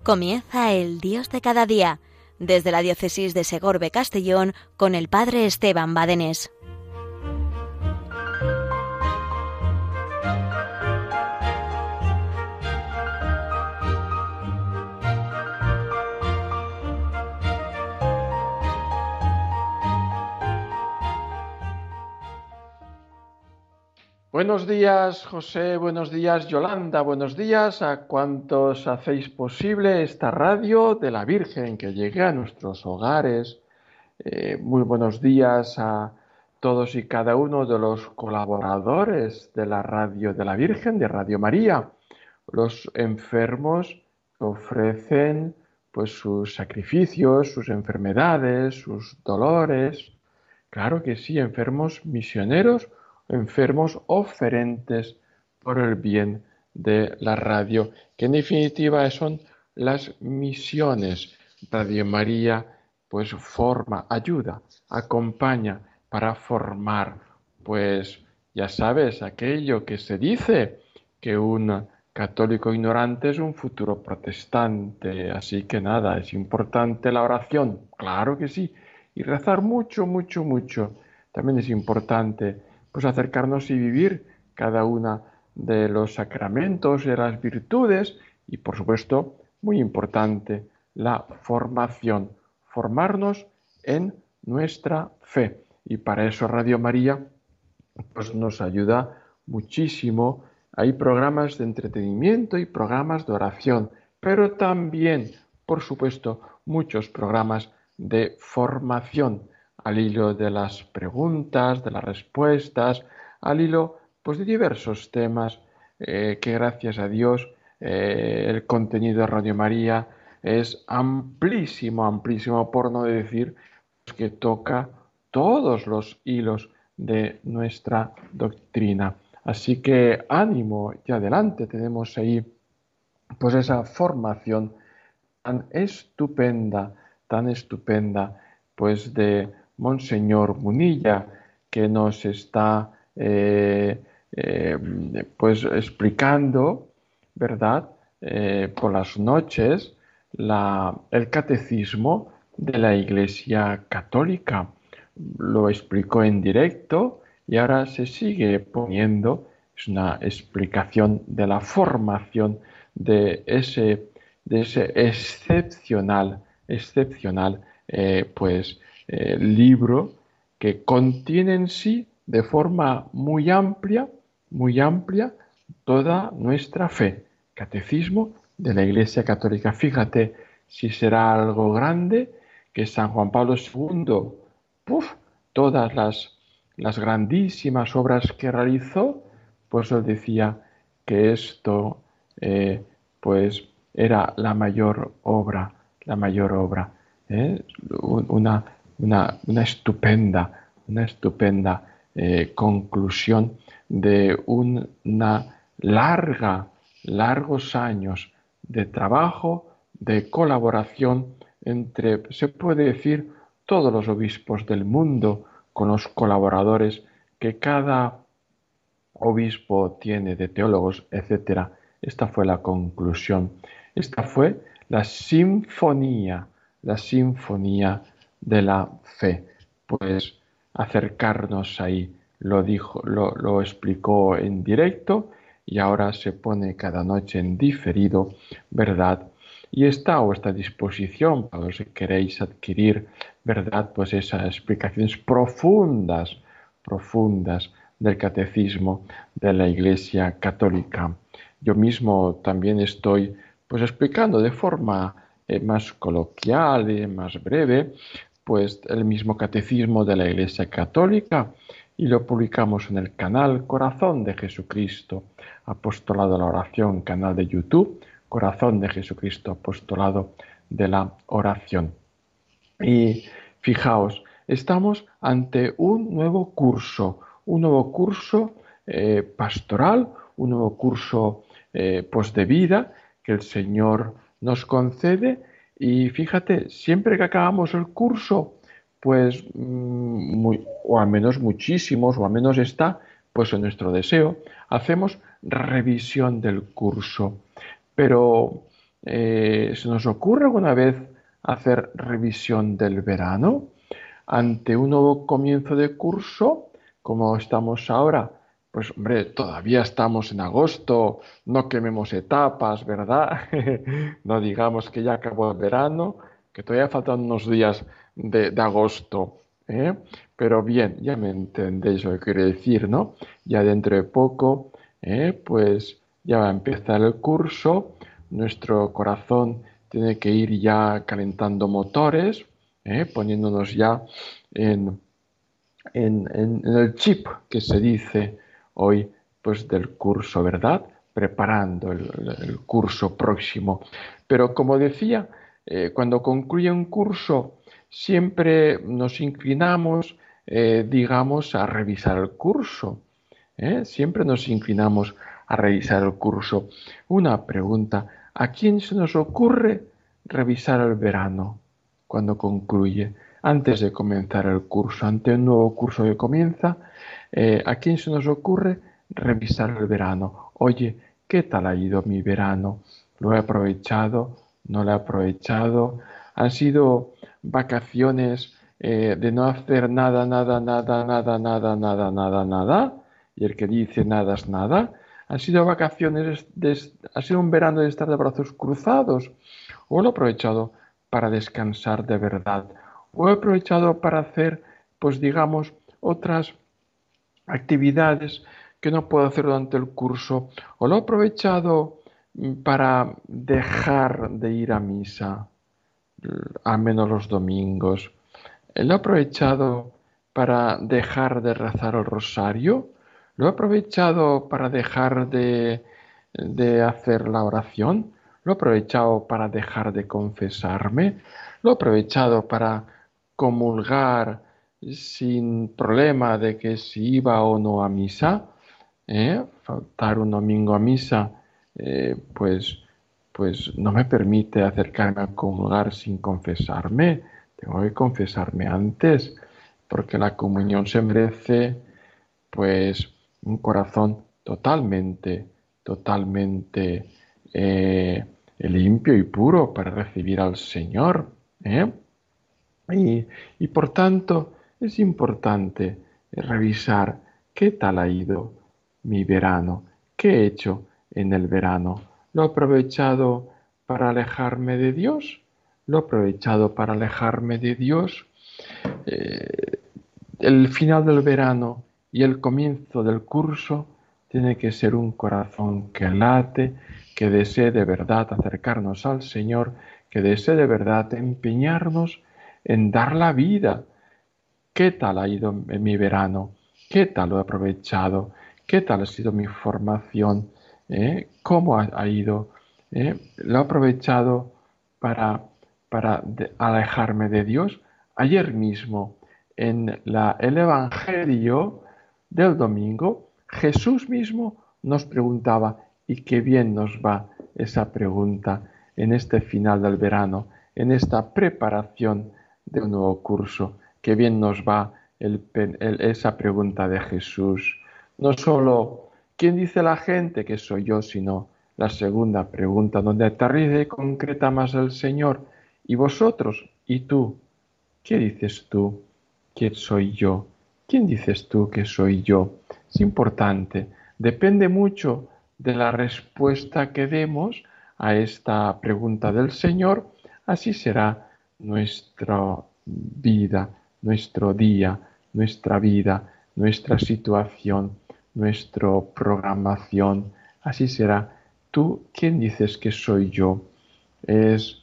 Comienza el Dios de cada día, desde la diócesis de Segorbe-Castellón, con el padre Esteban Badenés. Buenos días, José, buenos días, Yolanda, buenos días a cuantos hacéis posible esta radio de la Virgen que llegue a nuestros hogares. Muy buenos días a todos y cada uno de los colaboradores de la radio de la Virgen, de Radio María, los enfermos que ofrecen pues sus sacrificios, sus enfermedades, sus dolores. Claro que sí, enfermos misioneros, enfermos oferentes por el bien de la radio, que en definitiva son las misiones. Radio María pues forma, ayuda, acompaña para formar, pues ya sabes, aquello que se dice, que un católico ignorante es un futuro protestante. Así que nada, es importante la oración, claro que sí, y rezar mucho, mucho, mucho. También es importante pues acercarnos y vivir cada una de los sacramentos y de las virtudes y por supuesto, muy importante, la formación, formarnos en nuestra fe. Y para eso Radio María pues nos ayuda muchísimo. Hay programas de entretenimiento y programas de oración, pero también, por supuesto, muchos programas de formación al hilo de las preguntas, de las respuestas, al hilo pues, de diversos temas que gracias a Dios el contenido de Radio María es amplísimo, amplísimo, por no decir que toca todos los hilos de nuestra doctrina. Así que ánimo y adelante, tenemos ahí pues esa formación tan estupenda, pues de Monseñor Munilla, que nos está pues explicando, ¿verdad? Por las noches el catecismo de la Iglesia Católica. Lo explicó en directo y ahora se sigue poniendo, es una explicación de la formación de ese excepcional libro que contiene en sí de forma muy amplia, toda nuestra fe. Catecismo de la Iglesia Católica. Fíjate si será algo grande que San Juan Pablo II, todas las grandísimas obras que realizó, pues él decía que esto pues era la mayor obra, ¿eh? Una estupenda conclusión de largos años de trabajo, de colaboración entre, se puede decir, todos los obispos del mundo, con los colaboradores que cada obispo tiene de teólogos, etc. Esta fue la conclusión. Esta fue la sinfonía de la fe. Pues acercarnos ahí, lo explicó en directo y ahora se pone cada noche en diferido, ¿verdad? Y está a vuestra disposición para los que queréis adquirir, ¿verdad? Pues esas explicaciones profundas del catecismo de la Iglesia Católica. Yo mismo también estoy pues explicando de forma más coloquial y más breve pues el mismo catecismo de la Iglesia Católica y lo publicamos en el canal Corazón de Jesucristo, Apostolado de la Oración, canal de YouTube, Corazón de Jesucristo, Apostolado de la Oración. Y fijaos, estamos ante un nuevo curso pastoral, un nuevo curso pues de vida que el Señor nos concede. Y fíjate, siempre que acabamos el curso, pues, o al menos muchísimos, o al menos está, pues en nuestro deseo, hacemos revisión del curso. Pero ¿Se nos ocurre alguna vez hacer revisión del verano ante un nuevo comienzo de curso, como estamos ahora? Pues hombre, todavía estamos en agosto, no quememos etapas, ¿verdad? No digamos que ya acabó el verano, que todavía faltan unos días de agosto, ¿eh? Pero bien, ya me entendéis lo que quiero decir, ¿no? Ya dentro de poco, pues ya va a empezar el curso, nuestro corazón tiene que ir ya calentando motores, poniéndonos ya en, en el chip que se dice hoy, pues del curso, ¿verdad? Preparando el curso próximo. Pero como decía, cuando concluye un curso, siempre nos inclinamos, digamos, a revisar el curso. Siempre nos inclinamos a revisar el curso. Una pregunta, ¿a quién se nos ocurre revisar el verano cuando concluye? Antes de comenzar el curso, ante un nuevo curso que comienza, ¿a quién se nos ocurre revisar el verano? Oye, ¿qué tal ha ido mi verano? ¿Lo he aprovechado? ¿No lo he aprovechado? ¿Han sido vacaciones de no hacer nada, nada, nada, nada, nada, nada, nada, nada? Y el que dice nada es nada. ¿Han sido vacaciones, ha sido un verano de estar de brazos cruzados? ¿O lo he aprovechado para descansar de verdad? ¿O he aprovechado para hacer, pues digamos, otras actividades que no puedo hacer durante el curso? ¿O lo he aprovechado para dejar de ir a misa, al menos los domingos? ¿Lo he aprovechado para dejar de rezar el rosario? ¿Lo he aprovechado para dejar de hacer la oración? ¿Lo he aprovechado para dejar de confesarme? ¿Lo he aprovechado para comulgar sin problema de que si iba o no a misa? Faltar un domingo a misa, pues no me permite acercarme a comulgar sin confesarme. Tengo que confesarme antes, porque la comunión se merece, pues, un corazón totalmente limpio y puro para recibir al Señor. ¿eh? Y por tanto es importante revisar qué tal ha ido mi verano, qué he hecho en el verano. ¿Lo he aprovechado para alejarme de Dios? ¿Lo he aprovechado para alejarme de Dios? Eh, el final del verano y el comienzo del curso tiene que ser un corazón que late, que desee de verdad acercarnos al Señor, que desee de verdad empeñarnos en dar la vida. ¿Qué tal ha ido mi verano? ¿Qué tal lo he aprovechado? ¿Qué tal ha sido mi formación? ¿Cómo ha ido? ¿Lo he aprovechado para, alejarme de Dios? Ayer mismo, en el Evangelio del domingo, Jesús mismo nos preguntaba, y qué bien nos va esa pregunta en este final del verano, en esta preparación de un nuevo curso. Qué bien nos va esa pregunta de Jesús. No solo, ¿quién dice la gente que soy yo? Sino la segunda pregunta, donde aterriza y concreta más el Señor. ¿Y vosotros? ¿Y tú? ¿Qué dices tú? ¿Quién soy yo? ¿Quién dices tú que soy yo? Es importante. Depende mucho de la respuesta que demos a esta pregunta del Señor. Así será nuestra vida, nuestro día, nuestra vida, nuestra situación, nuestra programación. Así será. ¿Tú quién dices que soy yo? Es,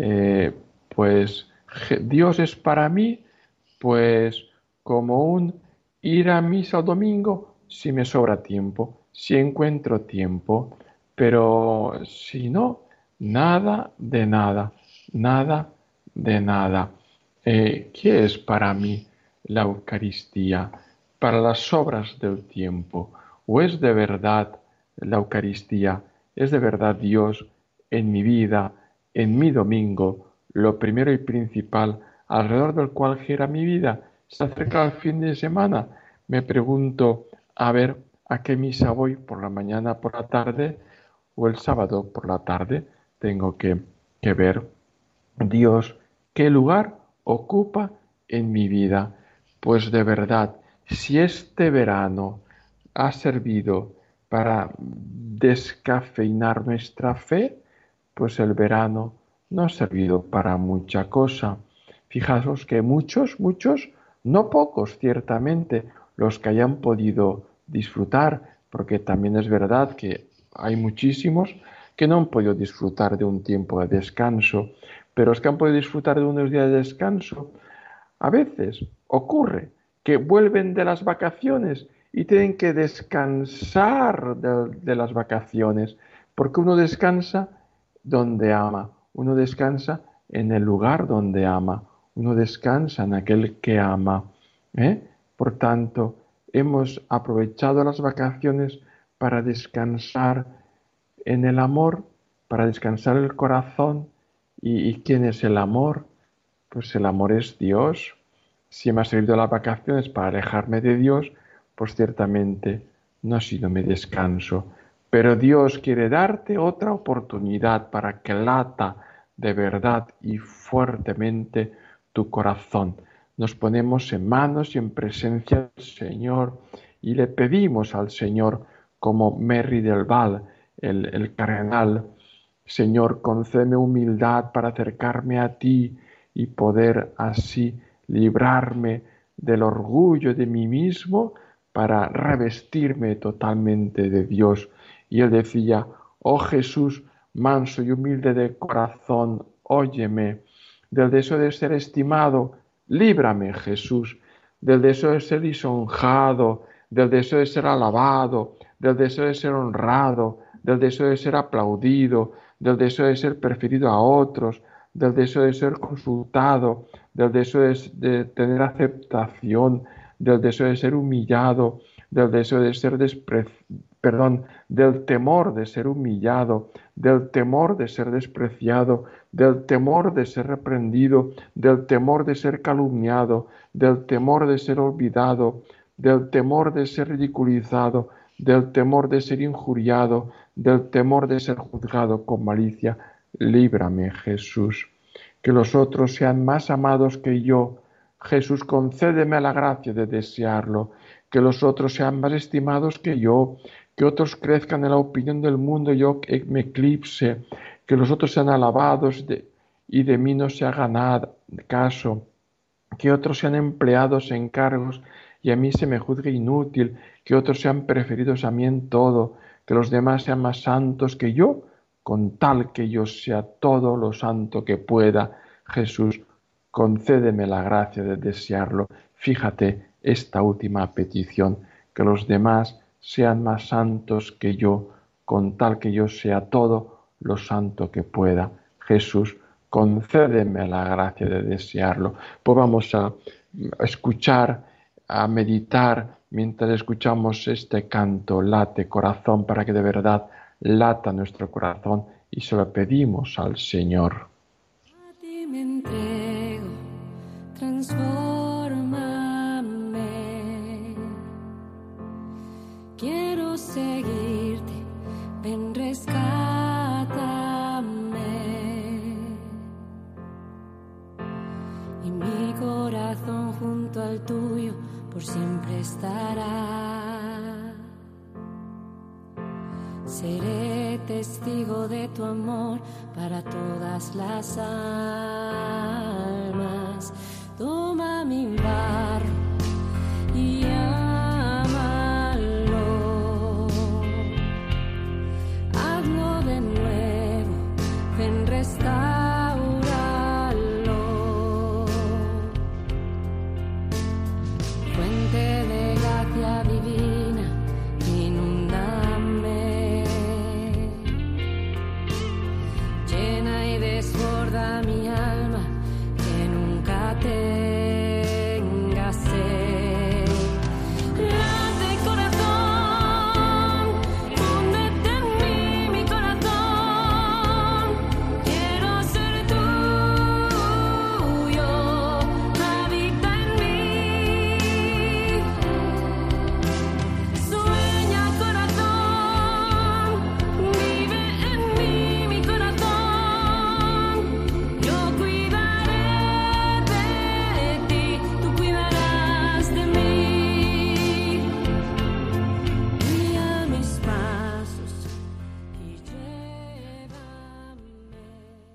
pues, Dios es para mí, pues, como un ir a misa el domingo si me sobra tiempo, si encuentro tiempo, pero si no, nada de nada, nada de nada. ¿Qué es para mí la Eucaristía? Para las obras del tiempo. ¿O es de verdad la Eucaristía? ¿Es de verdad Dios en mi vida, en mi domingo, lo primero y principal alrededor del cual gira mi vida? Se acerca el fin de semana. Me pregunto, a ver, ¿a qué misa voy? ¿Por la mañana, por la tarde o el sábado por la tarde? tengo que ver Dios qué lugar ocupa en mi vida. Pues de verdad, si este verano ha servido para descafeinar nuestra fe, pues el verano no ha servido para mucha cosa. Fijaos que muchos, no pocos ciertamente, los que hayan podido disfrutar, porque también es verdad que hay muchísimos que no han podido disfrutar de un tiempo de descanso, pero los que han podido disfrutar de unos días de descanso, a veces ocurre que vuelven de las vacaciones y tienen que descansar de las vacaciones, porque uno descansa donde ama, uno descansa en el lugar donde ama, uno descansa en aquel que ama. Por tanto, hemos aprovechado las vacaciones para descansar en el amor, para descansar el corazón. ¿Y quién es el amor? Pues el amor es Dios. Si me ha servido las vacaciones para alejarme de Dios, pues ciertamente no ha sido mi descanso. Pero Dios quiere darte otra oportunidad para que lata de verdad y fuertemente tu corazón. Nos ponemos en manos y en presencia del Señor y le pedimos al Señor, como Merry del Val, el cardenal: Señor, concédeme humildad para acercarme a ti y poder así librarme del orgullo de mí mismo para revestirme totalmente de Dios. Y él decía: oh Jesús, manso y humilde de corazón, óyeme. Del deseo de ser estimado, líbrame, Jesús. Del deseo de ser lisonjado, del deseo de ser alabado, del deseo de ser honrado, del deseo de ser aplaudido, del deseo de ser preferido a otros, del deseo de ser consultado, del deseo de tener aceptación, del deseo de ser humillado, del deseo de ser del temor de ser humillado, del temor de ser despreciado, del temor de ser reprendido, del temor de ser calumniado, del temor de ser olvidado, del temor de ser ridiculizado, del temor de ser injuriado, del temor de ser juzgado con malicia. Líbrame, Jesús. Que los otros sean más amados que yo. Jesús, concédeme la gracia de desearlo. Que los otros sean más estimados que yo. Que otros crezcan en la opinión del mundo y yo me eclipse. Que los otros sean alabados y de mí no se haga nada caso. Que otros sean empleados en cargos y a mí se me juzgue inútil. Que otros sean preferidos a mí en todo. Que los demás sean más santos que yo, con tal que yo sea todo lo santo que pueda. Jesús, concédeme la gracia de desearlo. Fíjate esta última petición: que los demás sean más santos que yo, con tal que yo sea todo lo santo que pueda. Jesús, concédeme la gracia de desearlo. Pues vamos a escuchar, a meditar mientras escuchamos este canto. Late, corazón, para que de verdad lata nuestro corazón, y se lo pedimos al Señor. A ti me entrego, transfórmame. Quiero seguirte, ven, rescátame. Y mi corazón junto al tuyo por siempre estará. Seré testigo de tu amor para todas las almas. Toma mi barro y ámalo. Hazlo de nuevo, ven, restáuralo. Fuente de gracia divina, inúndame. Llena y desborda mi alma, que nunca tenga sed.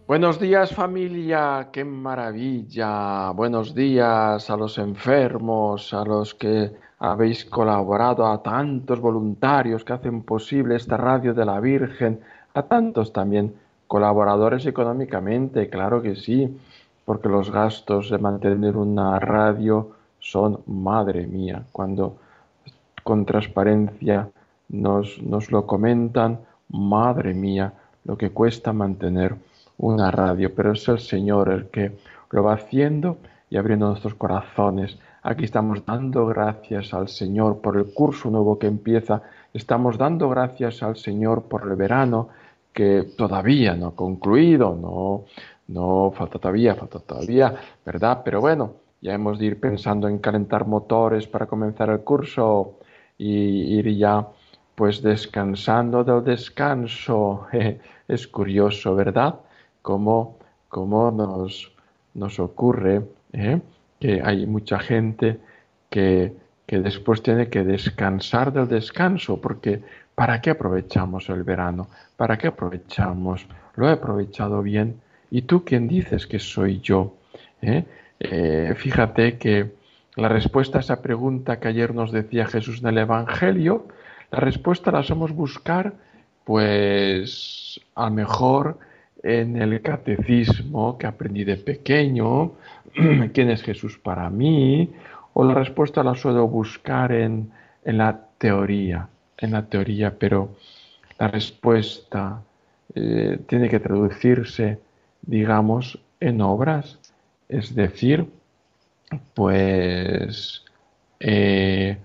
Buenos días familia, qué maravilla. Buenos días a los enfermos, a los que habéis colaborado, a tantos voluntarios que hacen posible esta radio de la Virgen, a tantos también colaboradores económicamente, claro que sí, porque los gastos de mantener una radio son, madre mía, cuando con transparencia nos lo comentan, madre mía, lo que cuesta mantener una radio, pero es el Señor el que lo va haciendo y abriendo nuestros corazones. Aquí estamos dando gracias al Señor por el curso nuevo que empieza, estamos dando gracias al Señor por el verano que todavía no ha concluido, no falta todavía, ¿verdad? Pero bueno, ya hemos de ir pensando en calentar motores para comenzar el curso y ir ya pues descansando del descanso. Es curioso, ¿verdad? Cómo, cómo nos ocurre, que hay mucha gente que, que después tiene que descansar del descanso, porque ¿para qué aprovechamos el verano? ¿Para qué aprovechamos? Lo he aprovechado bien. ¿Y tú quién dices que soy yo? ¿Eh? Fíjate que la respuesta a esa pregunta que ayer nos decía Jesús en el Evangelio, la respuesta la somos buscar, pues a lo mejor en el catecismo que aprendí de pequeño, quién es Jesús para mí, o la respuesta la suelo buscar en la teoría, pero la respuesta tiene que traducirse, digamos, en obras, es decir, pues eh,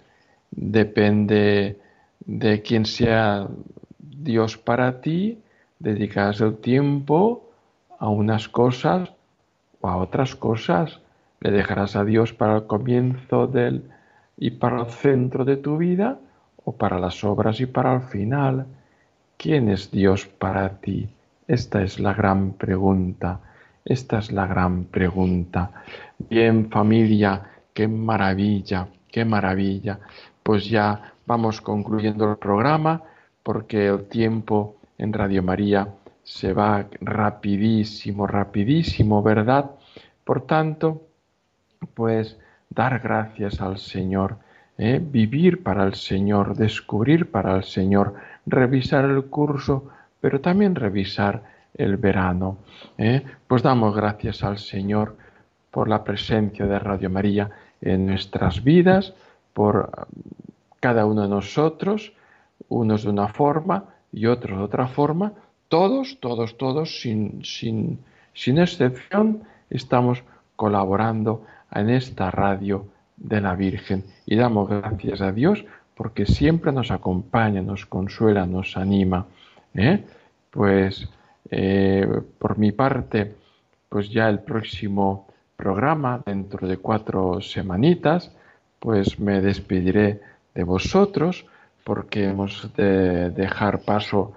depende de quién sea Dios para ti, dedicarás el tiempo a unas cosas o a otras cosas. Le dejarás a Dios para el comienzo y para el centro de tu vida o para las obras y para el final. ¿Quién es Dios para ti? Esta es la gran pregunta. Esta es la gran pregunta. Bien, familia, qué maravilla, qué maravilla. Pues ya vamos concluyendo el programa porque el tiempo en Radio María se va rapidísimo, rapidísimo, ¿verdad? Por tanto, pues dar gracias al Señor, vivir para el Señor, descubrir para el Señor, revisar el curso, pero también revisar el verano. Pues damos gracias al Señor por la presencia de Radio María en nuestras vidas, por cada uno de nosotros, unos de una forma y otros de otra forma, todos, sin excepción, estamos colaborando en esta radio de la Virgen y damos gracias a Dios porque siempre nos acompaña, nos consuela, nos anima. ¿eh? Pues por mi parte, pues ya el próximo programa, dentro de 4 semanitas, pues me despediré de vosotros porque hemos de dejar paso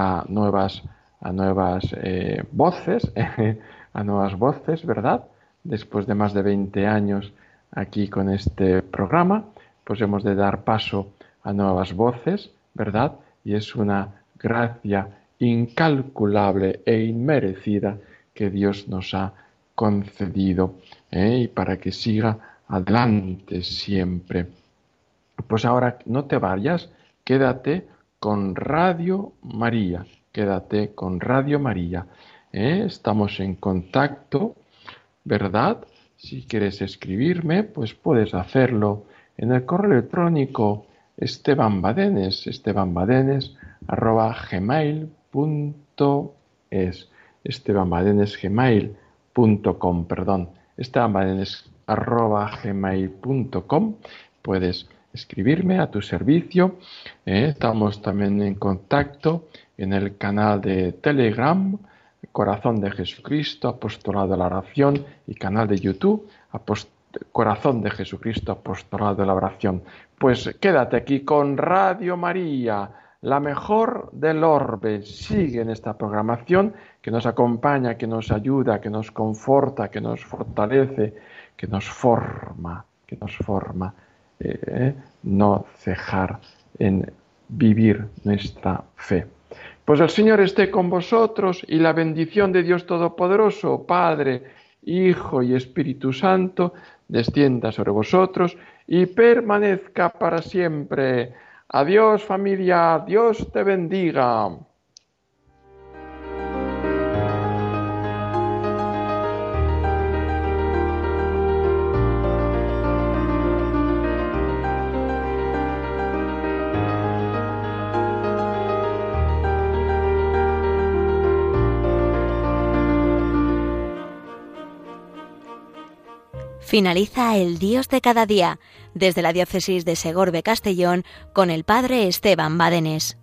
a nuevas voces, a nuevas voces, ¿verdad? Después de más de 20 años aquí con este programa, pues hemos de dar paso a nuevas voces, ¿verdad? Y es una gracia incalculable e inmerecida que Dios nos ha concedido, y para que siga adelante siempre. Pues ahora no te vayas, quédate con Radio María, quédate con Radio María. Estamos en contacto, ¿verdad? Si quieres escribirme, pues puedes hacerlo en el correo electrónico estebanbadenes@gmail.es estebanbadenes@gmail.com, perdón, estebanbadenes@gmail.com. Puedes escribirme a tu servicio. Estamos también en contacto en el canal de Telegram, Corazón de Jesucristo, Apostolado de la Oración, y canal de YouTube, Corazón de Jesucristo, Apostolado de la Oración. Pues quédate aquí con Radio María, la mejor del orbe. Sigue en esta programación que nos acompaña, que nos ayuda, que nos conforta, que nos fortalece, que nos forma, no cejar en vivir nuestra fe. Pues el Señor esté con vosotros y la bendición de Dios Todopoderoso, Padre, Hijo y Espíritu Santo, descienda sobre vosotros y permanezca para siempre. Adiós, familia, Dios te bendiga. Finaliza el Dios de cada día, desde la Diócesis de Segorbe-Castellón, con el Padre Esteban Badenés.